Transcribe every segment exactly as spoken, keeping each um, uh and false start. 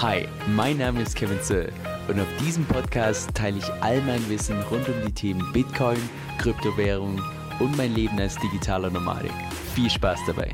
Hi, mein Name ist Kevin Zöll und auf diesem Podcast teile ich all mein Wissen rund um die Themen Bitcoin, Kryptowährung und mein Leben als digitaler Nomadik. Viel Spaß dabei!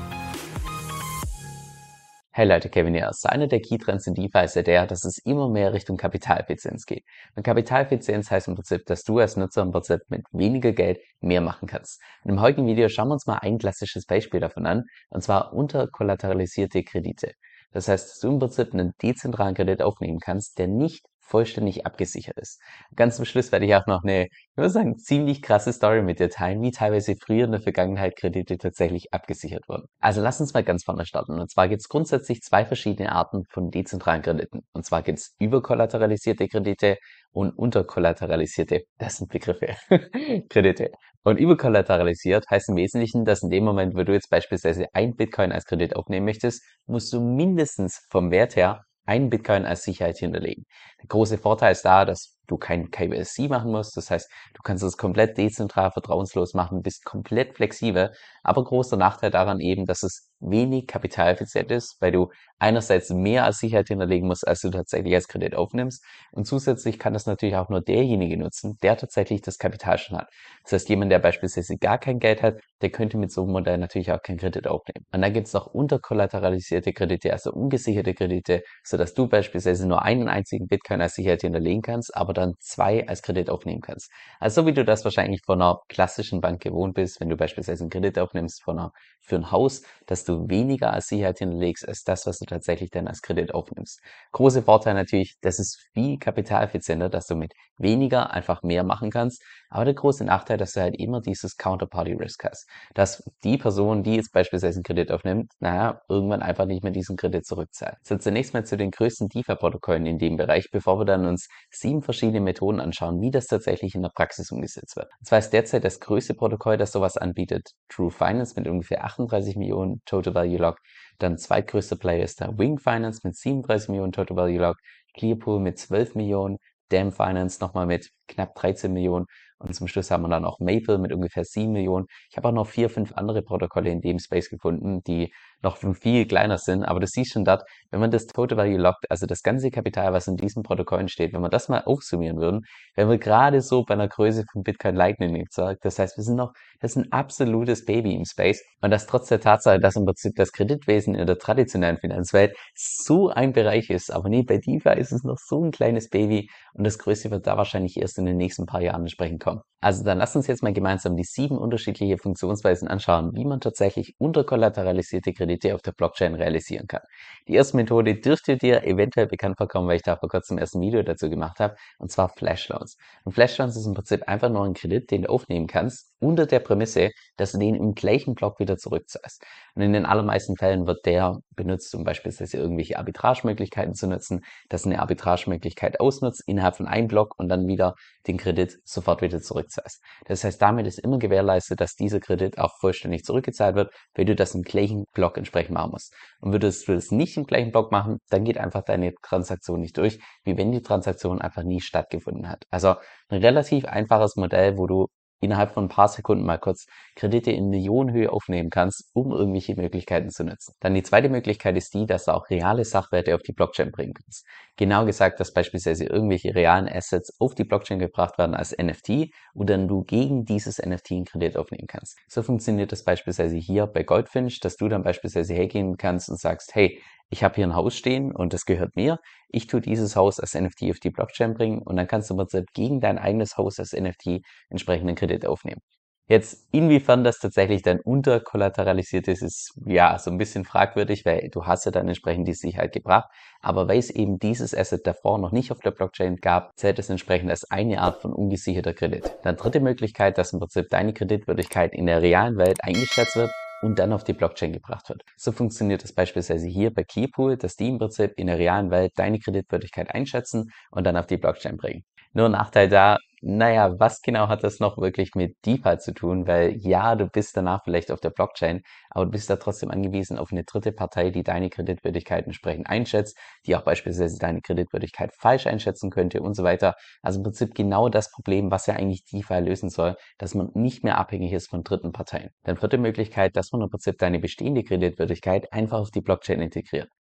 Hey Leute, Kevin hier. So einer der Key-Trends in DeFi ist ja der, dass es immer mehr Richtung Kapitaleffizienz geht. Und Kapitaleffizienz heißt im Prinzip, dass du als Nutzer im Prinzip mit weniger Geld mehr machen kannst. Und im heutigen Video schauen wir uns mal ein klassisches Beispiel davon an, und zwar unterkollateralisierte Kredite. Das heißt, dass du im Prinzip einen dezentralen Kredit aufnehmen kannst, der nicht vollständig abgesichert ist. Ganz zum Schluss werde ich auch noch eine, ich würde sagen, ziemlich krasse Story mit dir teilen, wie teilweise früher in der Vergangenheit Kredite tatsächlich abgesichert wurden. Also lass uns mal ganz vorne starten. Und zwar gibt es grundsätzlich zwei verschiedene Arten von dezentralen Krediten. Und zwar gibt es überkollateralisierte Kredite und unterkollateralisierte, das sind Begriffe, Kredite. Und überkollateralisiert heißt im Wesentlichen, dass in dem Moment, wo du jetzt beispielsweise ein Bitcoin als Kredit aufnehmen möchtest, musst du mindestens vom Wert her einen Bitcoin als Sicherheit hinterlegen. Der große Vorteil ist da, dass du kein K Y C machen musst. Das heißt, du kannst es komplett dezentral, vertrauenslos machen, bist komplett flexibel. Aber großer Nachteil daran eben, dass es wenig kapitaleffizient ist, weil du einerseits mehr als Sicherheit hinterlegen musst, als du tatsächlich als Kredit aufnimmst. Und zusätzlich kann das natürlich auch nur derjenige nutzen, der tatsächlich das Kapital schon hat. Das heißt, jemand, der beispielsweise gar kein Geld hat, der könnte mit so einem Modell natürlich auch keinen Kredit aufnehmen. Und dann gibt es noch unterkollateralisierte Kredite, also ungesicherte Kredite, sodass du beispielsweise nur einen einzigen Bitcoin als Sicherheit hinterlegen kannst, aber dann zwei als Kredit aufnehmen kannst. Also so wie du das wahrscheinlich von einer klassischen Bank gewohnt bist, wenn du beispielsweise einen Kredit aufnimmst von einer, für ein Haus, dass du weniger als Sicherheit hinterlegst, als das, was du tatsächlich dann als Kredit aufnimmst. Große Vorteil natürlich, das ist viel kapitaleffizienter, dass du mit weniger einfach mehr machen kannst, aber der große Nachteil, dass du halt immer dieses Counterparty Risk hast, dass die Person, die jetzt beispielsweise einen Kredit aufnimmt, naja, irgendwann einfach nicht mehr diesen Kredit zurückzahlt. So, zunächst mal zu den größten DeFi-Protokollen in dem Bereich, bevor wir dann uns sieben verschiedene Methoden anschauen, wie das tatsächlich in der Praxis umgesetzt wird. Und zwar ist derzeit das größte Protokoll, das sowas anbietet, True Finance mit ungefähr achtunddreißig Millionen Total Value Lock. Dann zweitgrößter Player ist da Wing Finance mit siebenunddreißig Millionen Total Value Lock, Clearpool mit zwölf Millionen, Dam Finance nochmal mit knapp dreizehn Millionen und zum Schluss haben wir dann auch Maple mit ungefähr sieben Millionen. Ich habe auch noch vier, fünf andere Protokolle in dem Space gefunden, die noch viel kleiner sind, aber du siehst schon dort, wenn man das Total Value lockt, also das ganze Kapital, was in diesen Protokollen steht, wenn wir das mal aufsummieren würden, wären wir gerade so bei einer Größe von Bitcoin Lightning Netzwerk. Das heißt, wir sind noch, das ist ein absolutes Baby im Space und das trotz der Tatsache, dass im Prinzip das Kreditwesen in der traditionellen Finanzwelt so ein Bereich ist, aber nee, bei DeFi ist es noch so ein kleines Baby und das Größte wird da wahrscheinlich erst in den nächsten paar Jahren entsprechend kommen. Also dann lasst uns jetzt mal gemeinsam die sieben unterschiedliche Funktionsweisen anschauen, wie man tatsächlich unterkollateralisierte Kredite auf der Blockchain realisieren kann. Die erste Methode dürfte dir eventuell bekannt vorkommen, weil ich da vor kurzem erst ein Video dazu gemacht habe, und zwar Flash Loans. Und Flash Loans ist im Prinzip einfach nur ein Kredit, den du aufnehmen kannst, unter der Prämisse, dass du den im gleichen Block wieder zurückzahlst. Und in den allermeisten Fällen wird der benutzt, um beispielsweise irgendwelche Arbitragemöglichkeiten zu nutzen, dass eine Arbitragemöglichkeit ausnutzt innerhalb von einem Block und dann wieder den Kredit sofort wieder zurückzahlst. Das heißt, damit ist immer gewährleistet, dass dieser Kredit auch vollständig zurückgezahlt wird, wenn du das im gleichen Block entsprechend machen musst. Und würdest du das nicht im gleichen Block machen, dann geht einfach deine Transaktion nicht durch, wie wenn die Transaktion einfach nie stattgefunden hat. Also ein relativ einfaches Modell, wo du innerhalb von ein paar Sekunden mal kurz Kredite in Millionenhöhe aufnehmen kannst, um irgendwelche Möglichkeiten zu nutzen. Dann die zweite Möglichkeit ist die, dass du auch reale Sachwerte auf die Blockchain bringen kannst. Genau gesagt, dass beispielsweise irgendwelche realen Assets auf die Blockchain gebracht werden als N F T und dann du gegen dieses N F T einen Kredit aufnehmen kannst. So funktioniert das beispielsweise hier bei Goldfinch, dass du dann beispielsweise hergehen kannst und sagst, hey, ich habe hier ein Haus stehen und das gehört mir. Ich tue dieses Haus als N F T auf die Blockchain bringen und dann kannst du im Prinzip gegen dein eigenes Haus als N F T entsprechenden Kredit aufnehmen. Jetzt, inwiefern das tatsächlich dann unterkollateralisiert ist, ist ja so ein bisschen fragwürdig, weil du hast ja dann entsprechend die Sicherheit gebracht. Aber weil es eben dieses Asset davor noch nicht auf der Blockchain gab, zählt es entsprechend als eine Art von ungesicherter Kredit. Dann dritte Möglichkeit, dass im Prinzip deine Kreditwürdigkeit in der realen Welt eingeschätzt wird und dann auf die Blockchain gebracht wird. So funktioniert es beispielsweise hier bei Clearpool, dass die im Prinzip in der realen Welt deine Kreditwürdigkeit einschätzen und dann auf die Blockchain bringen. Nur Nachteil da, naja, was genau hat das noch wirklich mit DeFi zu tun? Weil ja, du bist danach vielleicht auf der Blockchain, aber du bist da trotzdem angewiesen auf eine dritte Partei, die deine Kreditwürdigkeit entsprechend einschätzt, die auch beispielsweise deine Kreditwürdigkeit falsch einschätzen könnte und so weiter. Also im Prinzip genau das Problem, was ja eigentlich DeFi lösen soll, dass man nicht mehr abhängig ist von dritten Parteien. Dann vierte Möglichkeit, dass man im Prinzip deine bestehende Kreditwürdigkeit einfach auf die Blockchain integriert.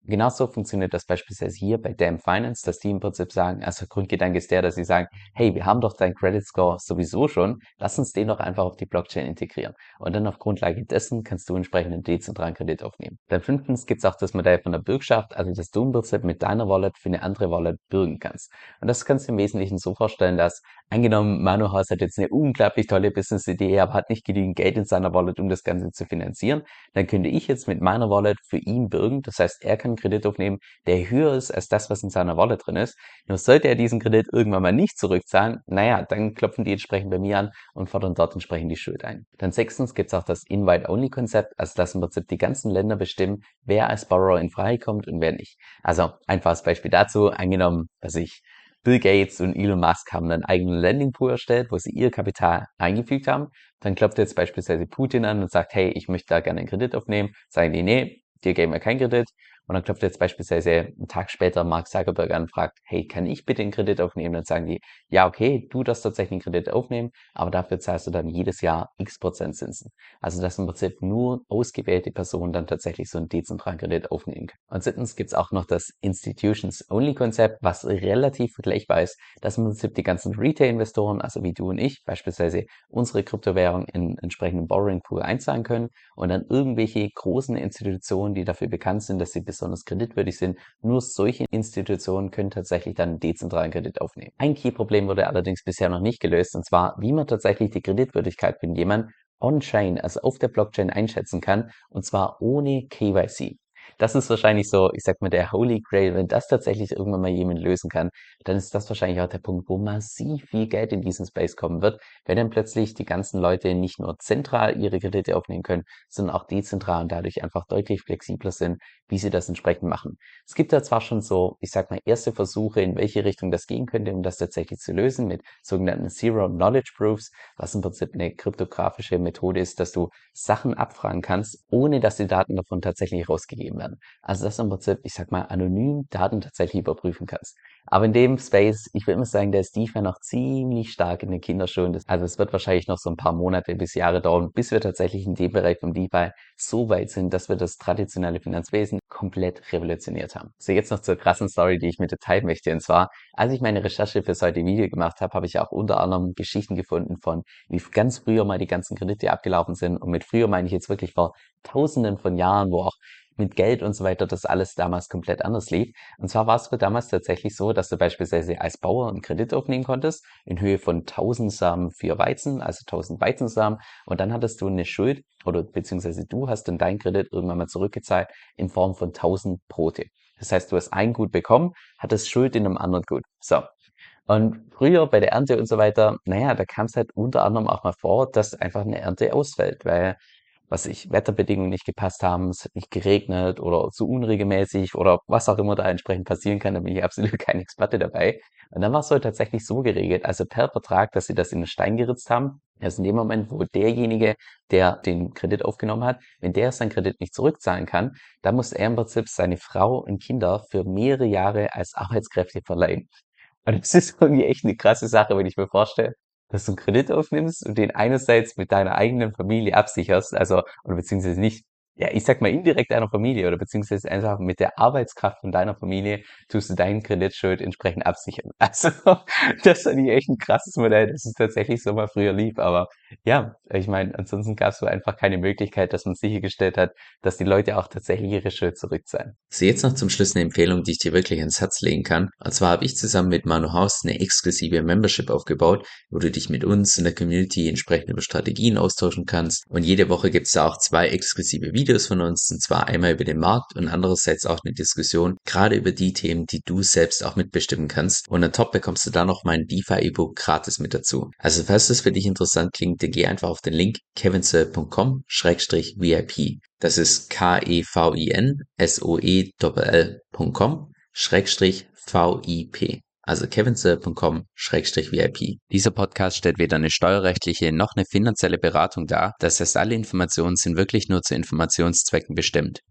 Genauso funktioniert das beispielsweise hier bei Damn Finance, dass die im Prinzip sagen, also Grundgedanke ist der, dass sie sagen, hey, wir haben doch deinen Credit Score sowieso schon, lass uns den doch einfach auf die Blockchain integrieren. Und dann auf Grundlage dessen kannst du entsprechend einen dezentralen Kredit aufnehmen. Dann fünftens gibt es auch das Modell von der Bürgschaft, also dass du im Prinzip mit deiner Wallet für eine andere Wallet bürgen kannst. Und das kannst du im Wesentlichen so vorstellen, dass angenommen, Manu Haus hat jetzt eine unglaublich tolle Business-Idee, aber hat nicht genügend Geld in seiner Wallet, um das Ganze zu finanzieren, dann könnte ich jetzt mit meiner Wallet für ihn bürgen. Das heißt, er kann einen Kredit aufnehmen, der höher ist als das, was in seiner Wallet drin ist. Nur sollte er diesen Kredit irgendwann mal nicht zurückzahlen, naja, dann klopfen die entsprechend bei mir an und fordern dort entsprechend die Schuld ein. Dann sechstens gibt es auch das Invite-Only-Konzept, also dass im Prinzip die ganzen Länder bestimmen, wer als Borrower in Frage kommt und wer nicht. Also einfaches Beispiel dazu, angenommen, dass ich Bill Gates und Elon Musk haben einen eigenen Landingpool erstellt, wo sie ihr Kapital eingefügt haben. Dann klopft jetzt beispielsweise Putin an und sagt, hey, ich möchte da gerne einen Kredit aufnehmen. Sagen die, nee, dir geben wir keinen Kredit. Und dann klopft jetzt beispielsweise einen Tag später Mark Zuckerberg an und fragt, hey, kann ich bitte einen Kredit aufnehmen? Dann sagen die, ja, okay, du darfst tatsächlich einen Kredit aufnehmen, aber dafür zahlst du dann jedes Jahr x Prozent Zinsen. Also dass im Prinzip nur ausgewählte Personen dann tatsächlich so einen dezentralen Kredit aufnehmen können. Und siebtens gibt es auch noch das Institutions-Only-Konzept, was relativ vergleichbar ist, dass im Prinzip die ganzen Retail-Investoren, also wie du und ich, beispielsweise unsere Kryptowährung in entsprechenden Borrowing-Pool einzahlen können und dann irgendwelche großen Institutionen, die dafür bekannt sind, dass sie besonders kreditwürdig sind, nur solche Institutionen können tatsächlich dann einen dezentralen Kredit aufnehmen. Ein Key-Problem wurde allerdings bisher noch nicht gelöst, und zwar, wie man tatsächlich die Kreditwürdigkeit von jemandem on-chain, also auf der Blockchain einschätzen kann, und zwar ohne K Y C. Das ist wahrscheinlich so, ich sag mal, der Holy Grail. Wenn das tatsächlich irgendwann mal jemand lösen kann, dann ist das wahrscheinlich auch der Punkt, wo massiv viel Geld in diesen Space kommen wird, wenn dann plötzlich die ganzen Leute nicht nur zentral ihre Kredite aufnehmen können, sondern auch dezentral und dadurch einfach deutlich flexibler sind, wie sie das entsprechend machen. Es gibt da zwar schon so, ich sag mal, erste Versuche, in welche Richtung das gehen könnte, um das tatsächlich zu lösen, mit sogenannten Zero Knowledge Proofs, was im Prinzip eine kryptografische Methode ist, dass du Sachen abfragen kannst, ohne dass die Daten davon tatsächlich rausgegeben werden. Also dass du im Prinzip, ich sag mal, anonym Daten tatsächlich überprüfen kannst. Aber in dem Space, ich würde mal sagen, der ist DeFi noch ziemlich stark in den Kinderschuhen. Also es wird wahrscheinlich noch so ein paar Monate bis Jahre dauern, bis wir tatsächlich in dem Bereich vom DeFi so weit sind, dass wir das traditionelle Finanzwesen komplett revolutioniert haben. So, jetzt noch zur krassen Story, die ich mit dir teilen möchte. Und zwar, als ich meine Recherche für heute Video gemacht habe, habe ich auch unter anderem Geschichten gefunden von, wie ganz früher mal die ganzen Kredite abgelaufen sind. Und mit früher meine ich jetzt wirklich vor Tausenden von Jahren, wo auch mit Geld und so weiter das alles damals komplett anders lief. Und zwar war es für damals tatsächlich so, dass du beispielsweise als Bauer einen Kredit aufnehmen konntest in Höhe von tausend Samen für Weizen, also tausend Weizensamen, und dann hattest du eine Schuld, oder beziehungsweise du hast dann deinen Kredit irgendwann mal zurückgezahlt in Form von tausend Brote. Das heißt, du hast ein Gut bekommen, hattest Schuld in einem anderen Gut. So. Und früher bei der Ernte und so weiter, naja, da kam es halt unter anderem auch mal vor, dass einfach eine Ernte ausfällt, weil was ich Wetterbedingungen nicht gepasst haben, es hat nicht geregnet oder zu unregelmäßig oder was auch immer da entsprechend passieren kann, da bin ich absolut kein Experte dabei. Und dann war es so tatsächlich so geregelt, also per Vertrag, dass sie das in den Stein geritzt haben. Also in dem Moment, wo derjenige, der den Kredit aufgenommen hat, wenn der seinen Kredit nicht zurückzahlen kann, dann muss er im Prinzip seine Frau und Kinder für mehrere Jahre als Arbeitskräfte verleihen. Und das ist irgendwie echt eine krasse Sache, wenn ich mir vorstelle, dass du einen Kredit aufnimmst und den einerseits mit deiner eigenen Familie absicherst, also, oder beziehungsweise nicht, ja, ich sag mal indirekt deiner Familie oder beziehungsweise einfach mit der Arbeitskraft von deiner Familie tust du deinen Kreditschuld entsprechend absichern. Also, das fand ich echt ein krasses Modell, dass es tatsächlich so mal früher lief, aber ja, ich meine, ansonsten gab es so einfach keine Möglichkeit, dass man sichergestellt hat, dass die Leute auch tatsächlich ihre Schuld zurückzahlen. So, jetzt noch zum Schluss eine Empfehlung, die ich dir wirklich ans Herz legen kann. Und zwar habe ich zusammen mit Manu Haus eine exklusive Membership aufgebaut, wo du dich mit uns in der Community entsprechend über Strategien austauschen kannst. Und jede Woche gibt es da auch zwei exklusive Videos von uns, und zwar einmal über den Markt und andererseits auch eine Diskussion, gerade über die Themen, die du selbst auch mitbestimmen kannst. Und on top bekommst du da noch mein DeFi-E-Book gratis mit dazu. Also falls das für dich interessant klingt, dann geh einfach auf den Link kevinsoe punkt com schrägstrich V I P. Das ist K-E-V-I-N-S-O-E-L-L.com schrägstrich V-I-P. Also kevinsoe punkt com schrägstrich V I P. Dieser Podcast stellt weder eine steuerrechtliche noch eine finanzielle Beratung dar. Das heißt, alle Informationen sind wirklich nur zu Informationszwecken bestimmt.